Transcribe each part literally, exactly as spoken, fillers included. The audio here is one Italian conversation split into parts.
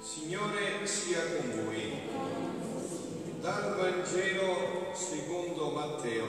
Signore sia con voi. Dal Vangelo secondo Matteo.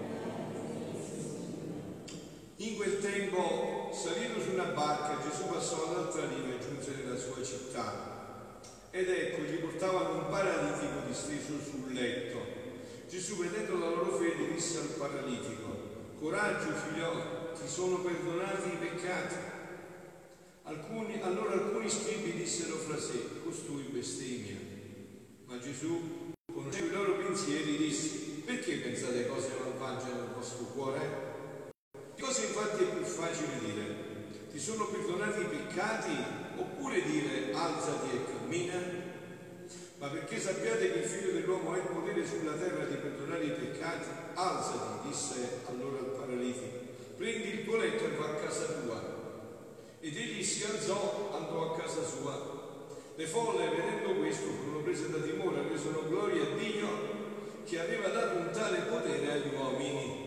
In quel tempo, salito su una barca, Gesù passò all'altra riva e giunse nella sua città. Ed ecco, gli portavano un paralitico disteso sul letto. Gesù, vedendo la loro fede, disse al paralitico: coraggio, figliolo, ti sono perdonati i peccati. Alcuni, allora alcuni scribi dissero fra sé: costui bestemmia. Ma Gesù, conosceva i loro pensieri, disse: perché pensate cose malvagie nel vostro cuore? Che cosa infatti è più facile dire: ti sono perdonati i peccati, oppure dire alzati e cammina? Ma perché sappiate che il figlio dell'uomo ha il potere sulla terra di perdonare i peccati, alzati, disse allora al paralitico, prendi il tuo letto e va a casa tua. Ed egli si alzò, andò a casa sua. Le folle, vedendo questo, furono prese da timore, resero gloria a Dio che aveva dato un tale potere agli uomini.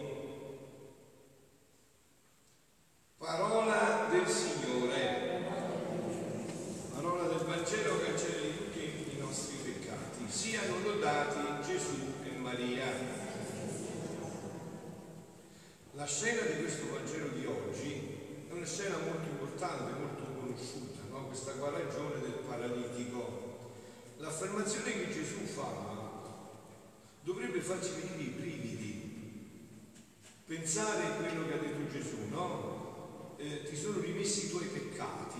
Parola del Signore. Parola del Vangelo che cancelli tutti i nostri peccati. Siano lodati Gesù e Maria. La scena di questo Vangelo di oggi è una scena molto importante, molto conosciuta, no? Questa guarigione del paralitico. L'affermazione che Gesù fa dovrebbe farci venire i brividi. Pensare a quello che ha detto Gesù, no? Eh, ti sono rimessi i tuoi peccati.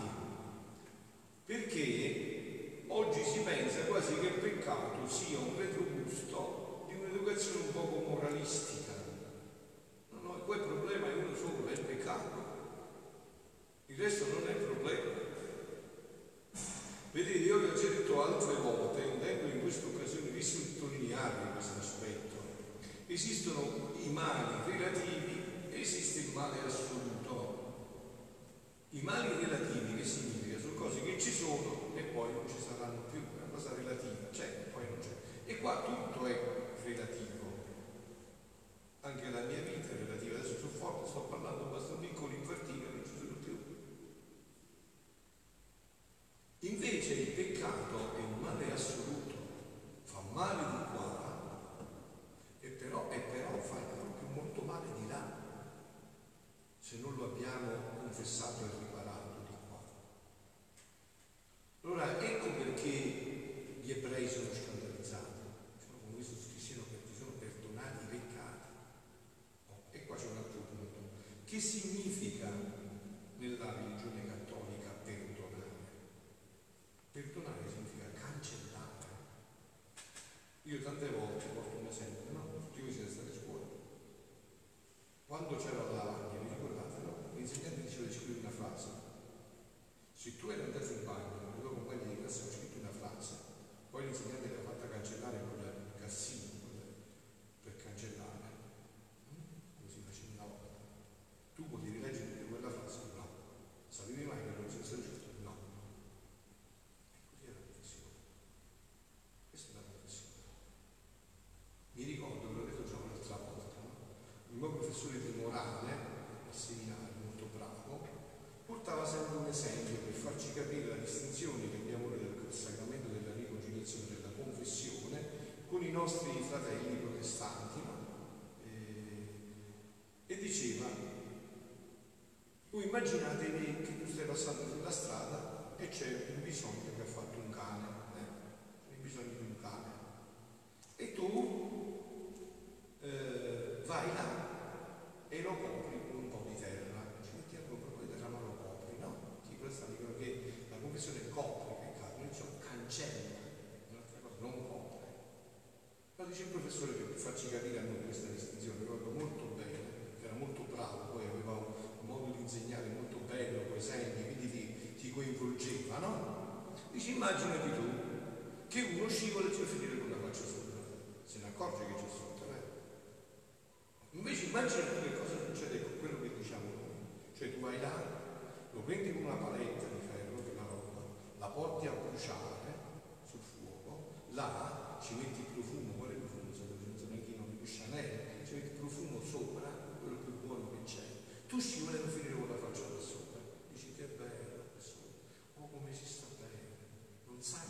Perché oggi si pensa quasi che il peccato sia un retrogusto di un'educazione un poco moralistica. No, no, poi il problema è uno solo, è il peccato. Il resto non è problema. Vedete, io vi ho già detto altre volte, intendo in questa occasione di sottolineare questo aspetto. Esistono i mali relativi e esiste il male assoluto. I mali relativi che significa? Sono cose che ci sono e poi non ci saranno più, è una cosa relativa, c'è e poi non c'è. E qua tutto è relativo. Anche la mia vita è relativa. Adesso sono forte, sto parlando abbastanza piccolo, infertile, non ci sono più. Invece il peccato è un male assoluto, fa male di qua e però, e però fa proprio molto male di là, se non lo abbiamo confessato e riparato di qua. Allora ecco perché gli ebrei sono scandalizzati, cioè, con questo si siano, sono perdonati i peccati. Oh, e qua c'è un altro punto. Che significa nella religione cattolica perdonare? Perdonare significa cancellare. Io tante volte porto un esempio, no? Tutti voi siete stati a scuola. Quando c'era la lavagna, vi ricordate, no? L'insegnante diceva di scrivere una frase. Se tu eri andato in bagno, i tuoi compagni di classe hanno scritto una frase, poi l'insegnante l'ha fatta cancellare con il cassino per cancellare. Così faceva una volta. Tu potevi leggere quella frase? No. Sapevi mai che non sia stato scritto? No. Questa è la professione. Mi ricordo, ve l'ho detto già un'altra volta, no? Il mio professore di morale al seminario, molto bravo, portava sempre un esempio per farci capire la distinzione che abbiamo noi del sacramento della riconciliazione, della confessione, con i nostri fratelli protestanti, no? E, e diceva: voi immaginatevi che tu stai passando sulla strada e c'è un bisogno che ha fatto un cane, eh? Hai bisogno di un cane, e tu eh, vai là e lo copri con un po' di terra, ci mettiamo un po' di terra ma lo copri, no? Chi presta dicono che la confessione copre il peccato, noi diciamo cancella, un'altra cosa, non copre. Però dice il professore, per farci capire a noi questa distinzione, proprio molto bene, era molto bravo, poi aveva un modo di insegnare molto bello, con esempi, quindi ti, ti coinvolgeva, no? Dice, immaginati tu che uno scivola e ci fa finire con la faccia sopra, se ne accorge che c'è sotto, eh? Invece immagina tu che cosa succede con quello che diciamo noi, cioè tu vai là, lo prendi con una paletta di ferro, che è una roba, la porti a bruciare sul fuoco, là ci metti il profumo, quale profumo? Non so neanche io, non di Chanel, ci metti il profumo sopra, quello più buono che c'è, tu scivoli e non finire con la faccia da sopra, dici che bello, oh come si sta bene, non sai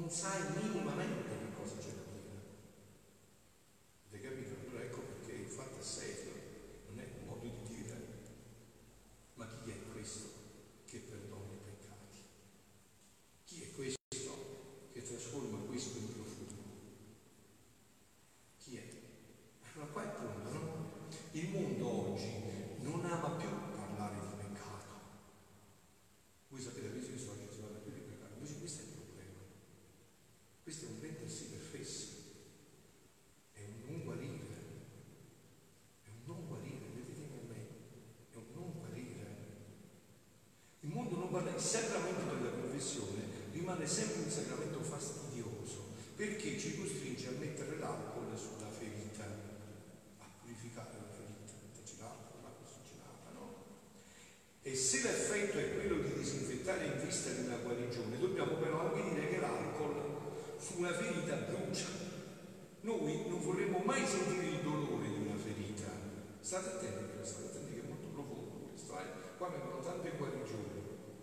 non sai minimamente che cosa c'è da dire. Avete capito? Allora ecco perché il fatto è serio, non è un modo di dire, ma chi è questo che perdona i peccati? Chi è questo che trasforma questo in profumo? Chi è? Ma qua è il punto, no? Il mondo oggi non ama più parlare di peccato. Voi sapete, che oggi si parla più di peccato, invece questo è il problema. Questo è un prendersi per fessi, è un non guarire, è un non guarire, vedetemi a me, è un non guarire. Il mondo non parla, il sacramento della confessione rimane sempre un sacramento fastidioso, perché ci costringe a mettere l'alcol sulla ferita, a purificare la ferita, metterci l'alcol, l'acqua ossigenata, no? E se l'effetto è quello di disinfettare in vista di una guarigione, dobbiamo però anche dire che l'alcol su una ferita brucia. Noi non vorremmo mai sentire il dolore di una ferita. State attenti, state attenti che è molto profondo questo, eh? Qua vengono tante guarigioni.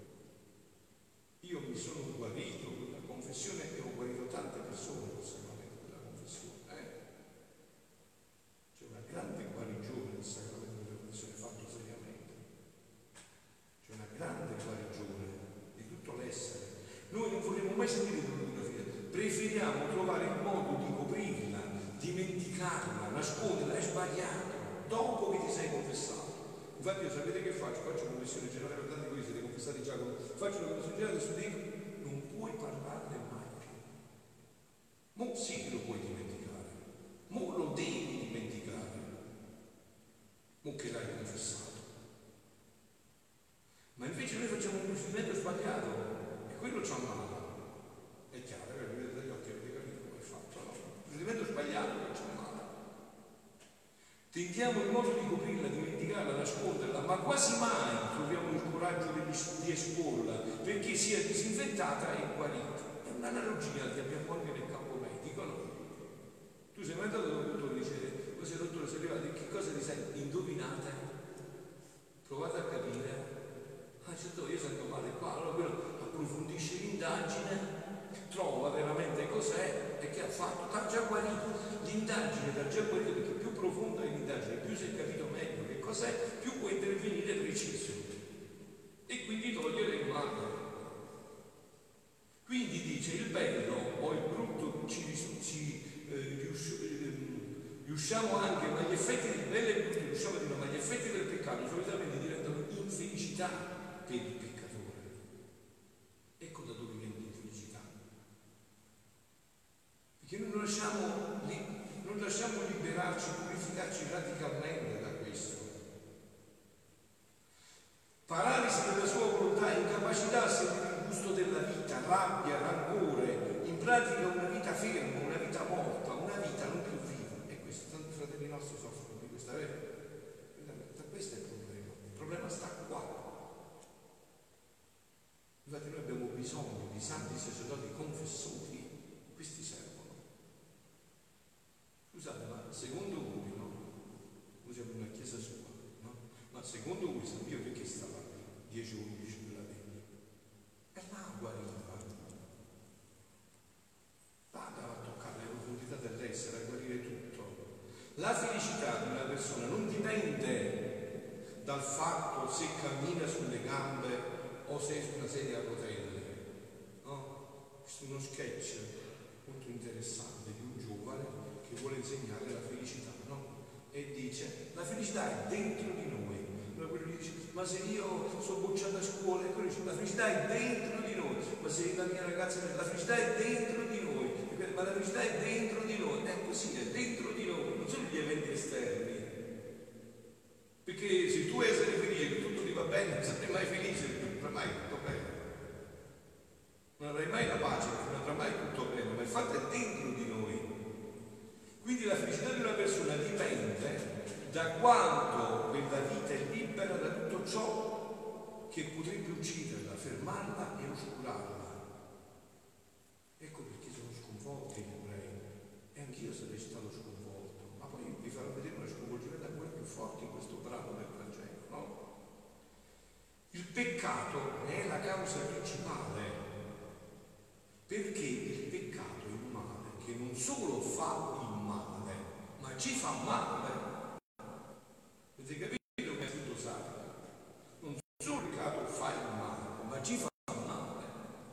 Io mi sono guarito con la confessione e ho guarito tante persone col sacramento della confessione. Eh? C'è una grande guarigione del sacramento della confessione fatto seriamente. C'è una grande guarigione di tutto l'essere. Noi non vorremmo mai sentire il dolore di una ferita. Preferiamo trovare il modo di coprirla, dimenticarla, nasconderla, è sbagliato, dopo che ti sei confessato. Infatti io sapete che faccio? Faccio una confessione generale, per tanti voi siete confessati già, faccio una confessione generale e dico, non puoi parlarne mai più. Mo sì che lo puoi dimenticare, mo lo devi dimenticare, mo che l'hai confessato. Ma invece noi facciamo un procedimento sbagliato e quello ci ammala. È chiaro, eh, vedete dagli occhi, avete capito come è fatto, no? Un procedimento sbagliato che ci ammala. Tentiamo il modo di coprirla, dimenticarla, nasconderla, ma quasi mai troviamo il coraggio di esporla perché sia disinfettata e guarita. È un'analogia che abbiamo anche nel campo medico, no? Tu sei mai andato dal dottore e dice, così dottore sei arrivato, che cosa ti senti? Indovinate? Provate a capire. Ah, certo, io sento male qua, allora quello approfondisce l'indagine, trova veramente cos'è e che ha fatto, ha già guarito. L'indagine l'ha già guarito perché più profonda è l'indagine, più si è capito meglio che cos'è, più può intervenire preciso e quindi togliere il male. Quindi dice il bello o il brutto ci, ci eh, riusci, eh, riusciamo anche, ma gli effetti del bello e il brutto riusciamo a dire, ma gli effetti del peccato solitamente diventano infelicità per il peccatore. Ecco da dove viene l'infelicità. Perché noi non lasciamo, non lasciamo liberarci, purificarci radicalmente da questo. Paralisi della sua volontà, incapacità a sentire il gusto della vita, rabbia, rancore, in pratica una vita ferma, una vita morta, una vita non più viva. E questo, tanti fratelli nostri soffrono di questa vera. Questo è il problema. Il problema sta qua. Infatti noi abbiamo bisogno di santi sacerdoti confessori, questi servono. Scusate, ma secondo voi, no? Noi siamo una chiesa sua, no? Ma secondo voi San Pio perché stava dieci o undici della Bibbia? E là guariva. Là andava a toccare le profondità dell'essere, a guarire tutto. La felicità di una persona non dipende dal fatto se cammina sulle gambe o se è su una sedia a rotelle, no? Questo è uno sketch molto interessante di un giovane che vuole insegnare la felicità, no? E dice, la felicità è dentro di noi. Allora quello gli dice, ma se io sono bocciato a scuola, e quello dice, la felicità è dentro di noi. Ma se la mia ragazza, la felicità è dentro di noi. Ma la felicità è dentro di noi. È così, è dentro di noi, non sono gli eventi esterni. Perché se tu essere felice, che tutto ti va bene, non sarai mai felice, non avrai mai tutto bene. Non avrai mai la pace, non avrai mai tutto bene, ma il fatto è dentro di noi. Quindi la felicità di una persona dipende da quanto quella vita è libera da tutto ciò che potrebbe ucciderla, fermarla e oscurarla. Ecco perché sono sconvolti gli ebrei. E anch'io sarei stato sconvolto, ma poi vi farò vedere una sconvolgimento ancora più forte in questo brano del Vangelo, no? Il peccato è la causa principale, perché il peccato ci fa male. Avete capito che è tutto sacro? Non solo il peccato fa il male, ma ci fa male.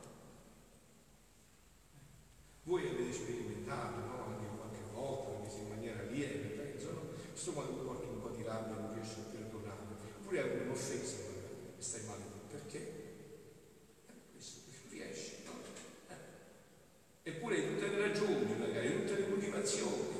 Voi avete sperimentato, no? Anche qualche volta, anche se in maniera lieve, penso, no? Questo quando tu porti un po' di rabbia non riesci a perdonare, oppure hai un'offesa e stai male. Perché? Eh, questo riesci, no? Eh. Eppure hai tutte le ragioni, magari, tutte le motivazioni.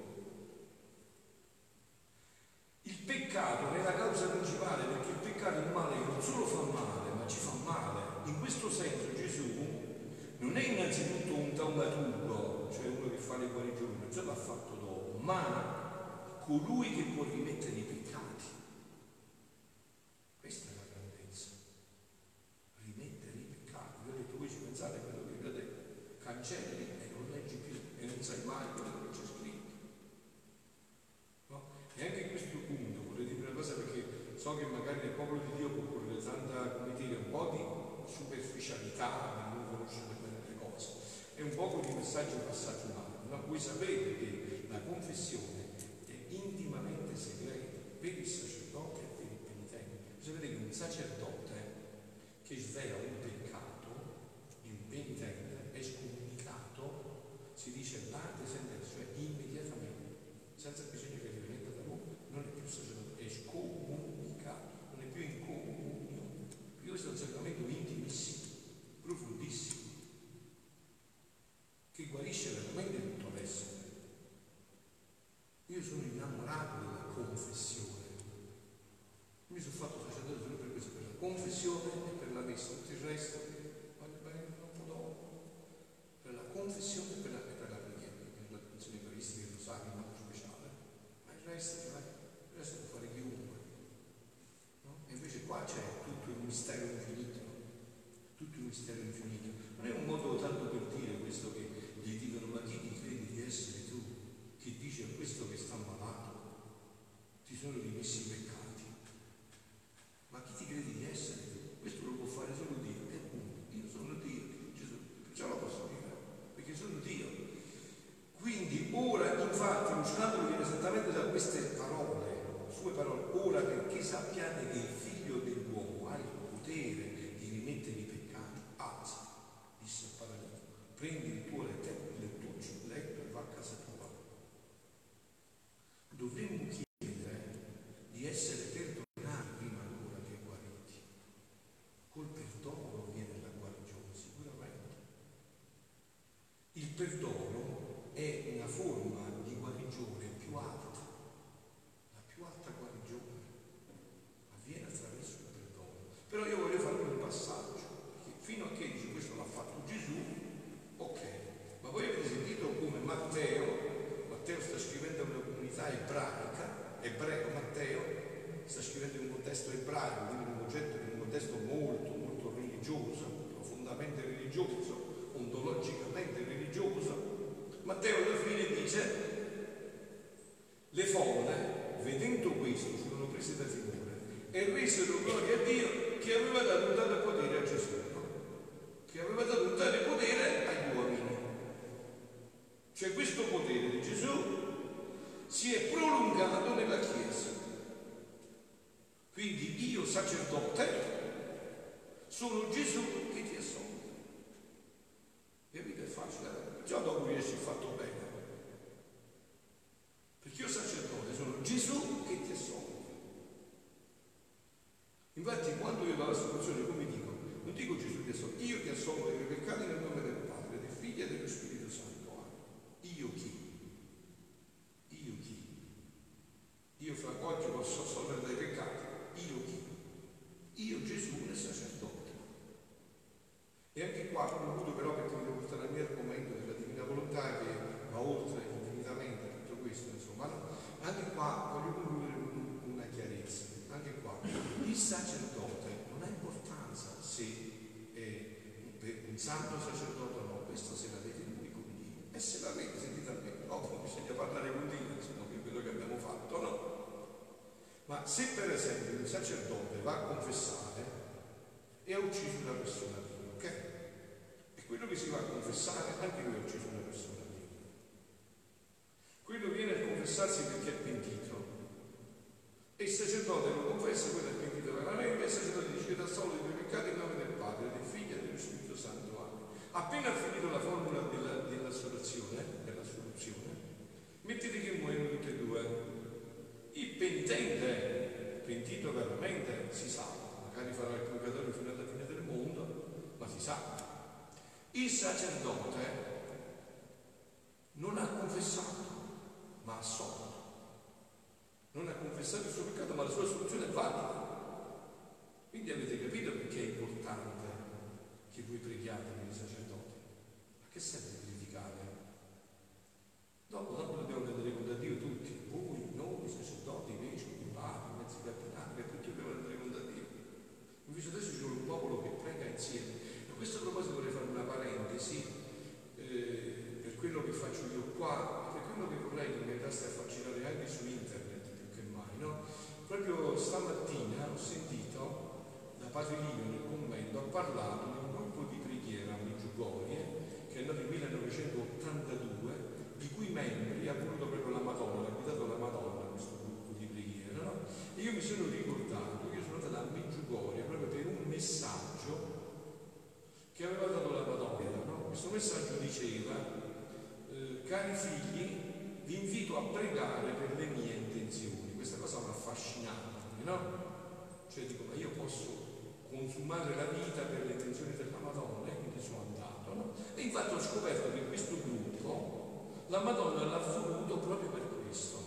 Il peccato è la causa principale, perché il peccato è un male che non solo fa male, ma ci fa male. In questo senso Gesù non è innanzitutto un taumaturgo, cioè uno che fa le guarigioni, già l'ha fatto dopo, ma colui che può rimettere i peccati. Questa è la grandezza. Rimettere i peccati. Vi ho detto, voi ci pensate a quello che vi ho detto, cancelli e non leggi più e non sai mai quello che c'è scritto. No? E anche in questo punto vorrei dire una cosa, perché so che magari nel popolo di Dio può occorrere tanta, come dire, un po' di superficialità per non conoscere bene le cose e un po' di messaggio e passaggio umano. No? Voi sapete che la confessione è intimamente segreta per il sacerdote e per il penitente. Sapete che un sacerdote che svela un peccato di un penitente è scomunicato, si dice l'arte sentenza, cioè immediatamente, senza bisogno che rimetta da voi, non è più sacerdote, è scomunicato, non è più in comunione. Perché questo è un sacramento intimissimo, profondissimo, che guarisce veramente tutto l'essere. Io sono innamorato della confessione. Mi sono fatto sacerdote solo per questo, per la confessione e per la messa. Tutto il resto voglio bene troppo dopo. Per la confessione e per la, e per la preghiera, per la funzione eucaristica, il rosario, in modo speciale. Ma il resto, cioè, il resto può fare chiunque. No? E invece qua c'è tutto il mistero infinito. Tutto il mistero infinito. Non è un modo tanto per dire questo che gli dicono: ma chi ti credi di essere tu? Chi dice a questo che sta malato ti sono rimessi i peccati? Ma chi ti credi di essere tu? Questo lo può fare solo Dio. E appunto, io sono Dio, Gesù, perciò lo posso dire, perché sono Dio. Quindi ora, infatti, lo scandalo viene esattamente da queste parole, sue parole. Ora, perché sappiate che il figlio dell'uomo ha il potere di rimettere i peccati, alza, disse al paralitico, prendi il tuo letto, il lettuccio, il letto e va a casa tua. Dovremmo chiedere di essere perdonati prima ancora che guariti. Col perdono viene la guarigione, sicuramente. Il perdono è una forma di guarigione più alta, la più alta guarigione avviene attraverso il perdono. Però io voglio fare un passaggio, perché fino a che dice questo l'ha fatto Gesù, ok, ma voi avete sentito come Matteo, Matteo sta scrivendo a una comunità ebraica, ebreo Matteo, sta scrivendo in un contesto ebraico, quindi in un contesto, in un contesto molto, molto religioso, profondamente religioso, ontologicamente religioso. Matteo alla fine dice: le folle, vedendo questo, furono prese da timore e resero gloria a Dio che aveva dato un tale potere a Gesù, no? Che aveva dato un tale potere agli uomini. Cioè questo potere di Gesù si è prolungato nella Chiesa. Quindi io, sacerdote, sono Gesù che ti assolve. Capite? È facile, già dopo riesci a fatto bene. Perché io, sacerdote, sono Gesù che ti assolve. Infatti, quando io do la soluzione, come dico? Non dico Gesù ti assolve, io ti assolvo dei tuoi peccati nel nome del Padre, del Figlio e dello Spirito Santo. Io chi? Io chi? Io fra oggi posso assolvere dai peccati. Io chi? Io Gesù nel sacerdote. E anche qua ho voluto però, perché devo portare al mio argomento della divina volontà che va oltre infinitamente tutto questo, insomma, no? Anche qua voglio concludere con una chiarezza. Anche qua il sacerdote non ha importanza se è un santo sacerdote o no, questo se l'avete lui con Dio. E se l'avete sentita a me, dopo bisogna parlare con Dio, insomma, che è quello che abbiamo fatto, no? Ma se per esempio un sacerdote va a confessare e ha ucciso una persona viva, ok? E quello che si va a confessare, anche lui ha ucciso una persona viva. Quello viene a confessare confessarsi perché è pentito. E il sacerdote lo confessa, quello è pentito veramente, e il sacerdote dice che da solo i tuoi peccati in nome del Padre, del Figlio e dello Spirito Santo. Amen. Appena ha finito la formula della, dell'assoluzione, dell'assoluzione, mettete che muoiono tutti e due. Il pentente, pentito veramente, si salva, magari farà il purgatorio fino alla fine del mondo, ma si salva. Il sacerdote non ha confessato, ma ha assolto. Non ha confessato il suo peccato, ma la sua soluzione è valida. Quindi avete capito perché è importante che voi preghiate per i sacerdoti. Ma che serve verificare? Dopo, dopo dobbiamo andare conto a Dio tutti, voi, noi, i sacerdoti, i vescovi, i papi, i mezzi cardinali, che tutti dobbiamo andare conto a Dio. Invece adesso c'è un popolo che prega insieme. A questo proposito vorrei fare una parentesi eh, per quello che faccio io qua, per quello che vorrei che mi andaste a far girare anche su internet. No? Proprio stamattina ho sentito da Padre Livio nel commento, ha parlato di un gruppo di preghiera a Medjugorje che è nato nel millenovecentottantadue, di cui membri ha voluto proprio la Madonna, ha guidato la Madonna questo gruppo di preghiera, no? E io mi sono ricordato che io sono andato a Medjugorje proprio per un messaggio che aveva dato la Madonna, no? Questo messaggio diceva eh, cari figli, vi invito a pregare per le mie intenzioni. Questa cosa mi ha affascinato, no? Cioè dico, ma io posso consumare la vita per le intenzioni della Madonna, e quindi sono andato, no? E infatti ho scoperto che questo gruppo la Madonna l'ha voluto proprio per questo,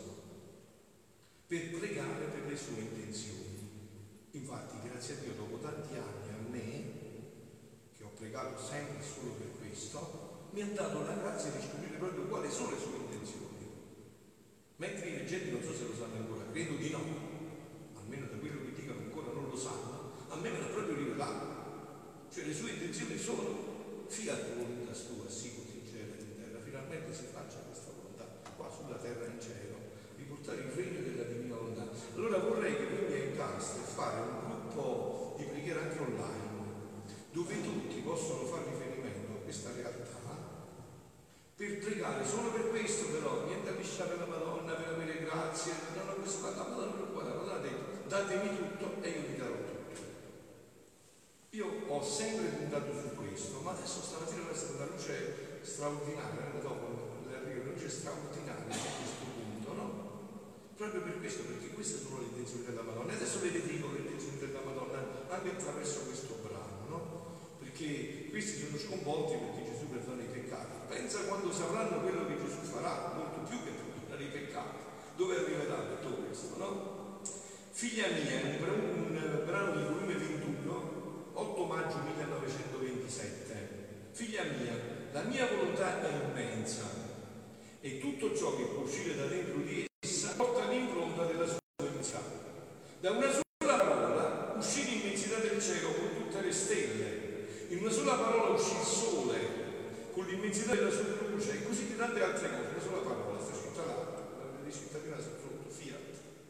per pregare per le sue intenzioni. Infatti, grazie a Dio, dopo tanti anni a me, che ho pregato sempre solo per questo, mi ha dato la grazia di scoprire proprio quali sono le sue intenzioni. Mentre i leggenti non so se lo sanno ancora, credo di no, almeno da quello che dicono ancora non lo sanno, a me me l'ha proprio rivelato. Cioè le sue intenzioni sono fiat voluntas tua, sicut in cielo e in terra, finalmente si faccia questa volontà qua sulla terra e in cielo, di portare il regno della divina volontà. Allora vorrei che voi mi aiutaste a fare un gruppo di preghiera anche online, dove tutti possono fare riferimento a questa realtà, per pregare solo per questo, però niente a lisciare la Madonna per avere grazie, non ho questo fatto, la Madonna per cuore, la Madonna ha detto datemi tutto e io vi darò tutto. Io ho sempre puntato su questo, ma adesso stamattina è stata una luce straordinaria, dopo l'arrivo, una luce straordinaria a questo punto, no? Proprio per questo, perché queste sono le intenzioni della Madonna. E adesso ve le dico le intenzioni della Madonna anche attraverso questo brano, no? Perché questi sono sconvolti perché Gesù perdona i peccati. Pensa quando sapranno quello che Gesù farà, molto più che perdonare i peccati. Dove arriverà tutto questo, no? Figlia mia, un, un brano di volume ventuno, otto maggio millenovecentoventisette. Figlia mia, la mia volontà è immensa e tutto ciò che può uscire da dentro di essa porta l'impronta della sua immensità. Da una sola parola uscì l'immensità del cielo con tutte le stelle. In una sola parola uscì il sole con l'immensità della sua luce e così di tante altre cose. Una sola parola, sta scritta là, l'avete scritta prima sotto, fiat.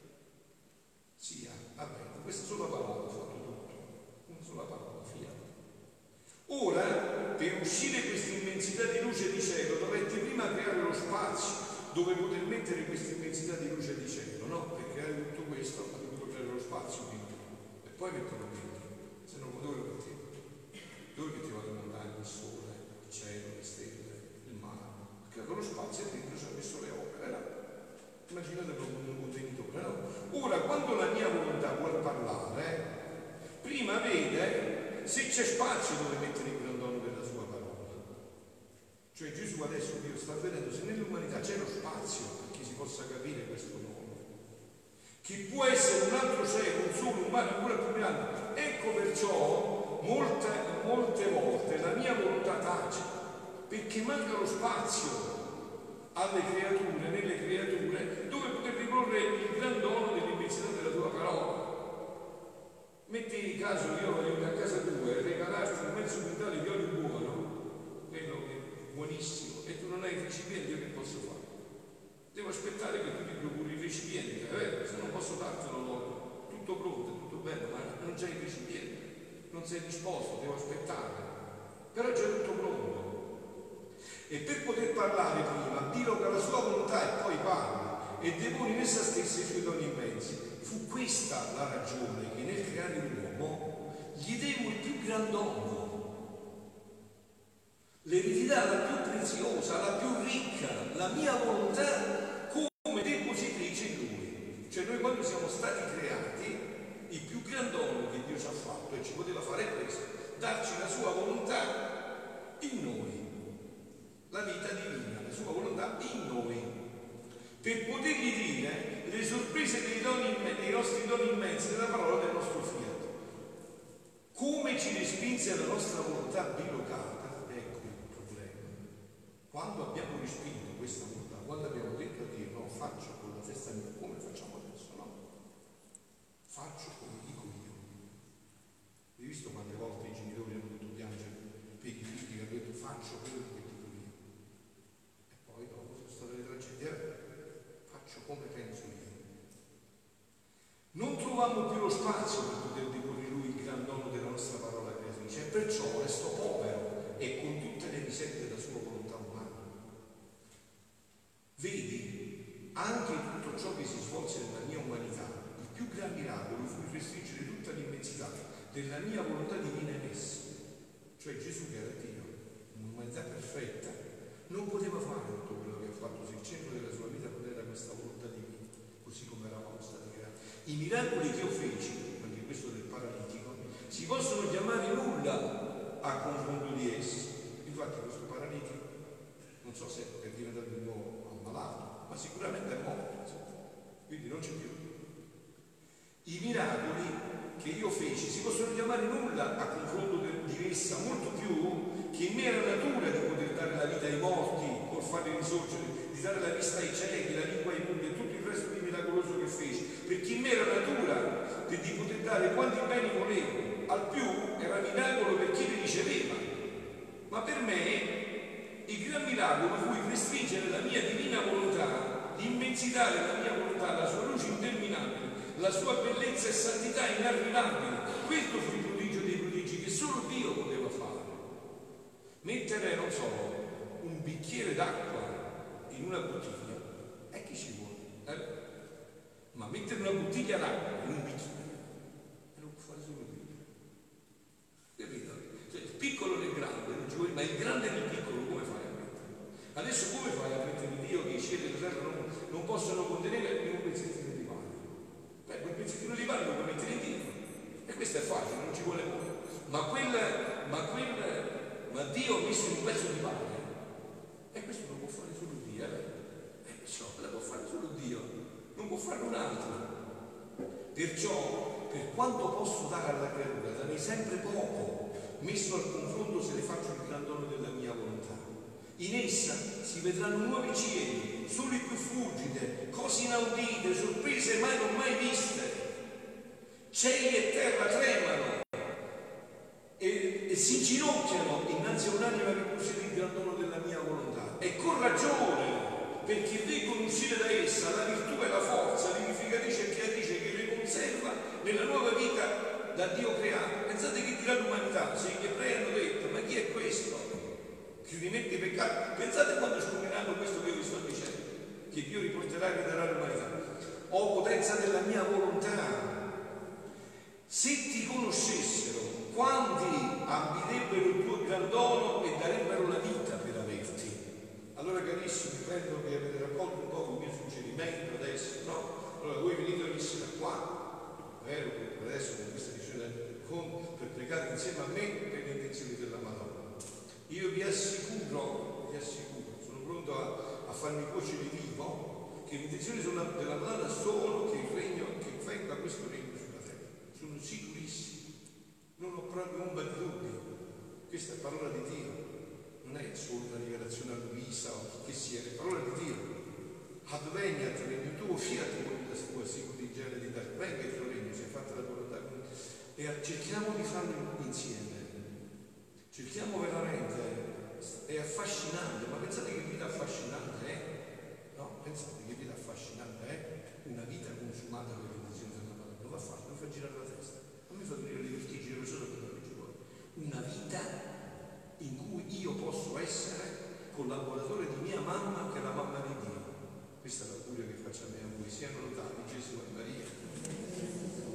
Sia, vabbè, con questa sola parola ha fatto tutto. Una sola parola, fiat. Ora, per uscire questa immensità di luce di cielo, dovette prima creare lo spazio dove poter mettere questa immensità di luce di cielo, no? Per creare tutto questo ha dovuto creare lo spazio dentro e poi metterlo dentro, se no dove lo mettete? Dove metteva le montagne, il sole, il cielo, le stelle, il mare? Perché con lo spazio e dentro ci ha messo le opere, no? Immaginate proprio un contenitore, no? Ora, quando la mia volontà vuole parlare, prima vede se c'è spazio dove mettere il grandono della sua parola. Cioè Gesù adesso Dio sta vedendo se nell'umanità c'è lo spazio perché si possa capire questo nome, che può essere un altro cielo, un sole, un mare ancora più grande. Ecco perciò molte, molte volte la mia volontà tace, perché manca lo spazio alle creature, nelle creature, dove poter riporre il gran dono dell'immensità della tua parola. Metti in caso io voglio a casa tua e regalarti un mezzo quintale di olio buono, quello che è buonissimo, e tu non hai il recipiente, io che posso fare? Devo aspettare che tu ti procuri il recipiente, è vero? Se non posso dartelo l'olio, tutto pronto, tutto bello, ma non c'è il recipiente, non sei disposto, devo aspettare, però c'è tutto pronto. E per poter parlare prima, Dio che la sua volontà e poi parla. e devori in essa stessa i suoi doni immensi. Fu questa la ragione che nel creare l'uomo gli demmo il più gran dono, l'eredità la più preziosa, la più ricca, la mia volontà come depositrice in lui. Cioè noi quando siamo stati creati, il più gran dono che Dio ci ha fatto e ci poteva fare è questo, darci la sua volontà in noi, la vita divina, la sua volontà in noi, per potergli dire le sorprese dei, doni, dei nostri doni immensi della parola del nostro fiat. Come ci respinse la nostra volontà bilocata, ecco il problema. Quando abbiamo respinto questa volontà, quando abbiamo detto a Dio no, faccio con la testa mia, come facciamo adesso? No, faccio come dico io. Hai visto quante volte i genitori hanno dovuto piangere per i figli che hanno detto faccio quello che dico io, e poi dopo sono state le tragedie, faccio come penso io. Non trovammo più lo spazio per poter deporre lui il gran dono della nostra parola creatrice, e perciò restò povero e con tutte le miserie della sua volontà umana. Vedi, anche tutto ciò che si svolse nella mia umanità, il più gran miracolo fu il restringere tutta l'immensità della mia volontà divina in esso. Cioè Gesù, che era Dio, un'umanità perfetta, non poteva fare tutto quello che ha fatto se il centro della sua vita non era questa volontà divina, così come eravamo stati creati. I miracoli che io feci, anche questo del paralitico, si possono chiamare nulla a confronto di essi. Infatti questo paralitico, non so se è diventato di nuovo ammalato, ma sicuramente è morto, quindi non c'è più. I miracoli che io feci si possono chiamare nulla a confronto di essa, molto più che in mera natura di poter dare la vita ai morti, col farli risorgere, di dare la vista ai ciechi, la lingua ai muti e tutto il resto di miracoloso che feci, perché in mera natura per di poter dare quanti beni volevo, al più era miracolo per chi li riceveva, ma per me il gran miracolo fu il restringere la mia divina volontà, l'immensità della mia volontà, la sua luce interminabile, la sua bellezza e santità inarrivabili. Questo fu il prodigio dei prodigi che solo Dio poteva fare. Mettere, non so, un bicchiere d'acqua in una bottiglia, e chi ci vuole? Eh? Ma mettere una bottiglia d'acqua in un bicchiere, e lo può fare solo Dio. Capito? Cioè, il piccolo nel grande, non ci vuole, ma il grande nel piccolo come fai a mettere? Adesso come fai a mettere Dio che i cieli e la terra non, non possono contenere più un pezzettino di pane? Beh, quel pezzettino di pane lo puoi mettere in Dio. E questo è facile, non ci vuole molto. Ma quel, ma quel ma Dio ha messo un pezzo di pane, e questo lo può fare solo Dio, eh? E perciò la può fare solo Dio, non può fare un altro. Perciò, per quanto posso dare alla creatura, darei sempre poco, messo al confronto se le faccio il gran dono della mia volontà. In essa si vedranno nuovi cieli, soli più fulgide, cose inaudite, sorprese mai non mai viste. Cieli e terra tremano e, e si inginocchiano innanzi a un'anima che possiede il gran dono della mia volontà, e con ragione, perché vengono uscire da essa la virtù e la forza vivificatrice e creatrice che le conserva nella nuova vita da Dio creata. Pensate che dirà l'umanità se gli ebrei hanno detto: ma chi è questo che rimette i peccati? Pensate quando scopriranno questo che vi sto dicendo, che Dio riporterà e ridarà l'umanità. O potenza della mia volontà, se ti conoscessero quanti ambirebbero il tuo gran dono e darebbero la vita per averti. Allora carissimi, credo che avete raccolto un po' il mio suggerimento adesso, no? Allora voi venite ogni sera qua, vero? Adesso con questa visione per pregare insieme a me per le intenzioni della Madonna. Io vi assicuro, vi assicuro, sono pronto a, a farmi cuocere vivo, che le intenzioni della Madonna sono che il regno, che venga questo regno sulla terra. Sono sicurissimo. Non ho proprio ombra di dubbio. Questa è parola di Dio, non è solo una rivelazione a Luisa o chi che sia, è parola di Dio. Adveniat regno tuo, fiat voluntas tua, sicut in genere di dar, venga il tuo regno, sia fatta la volontà. E cerchiamo di farlo insieme. Cerchiamo veramente, è affascinante, ma pensate che vita affascinante è? No? Pensate che vita affascinante è? Una vita consumata per l'intenzione della Madonna. Non va fatto, non fa girare la testa. Non mi fa venire le vertigini, le persone che non mi vuole. Una vita in cui io posso essere collaboratore di mia mamma, che è la mamma di Dio. questo è l'augurio che facciamo a voi, siano lodati Gesù e Maria.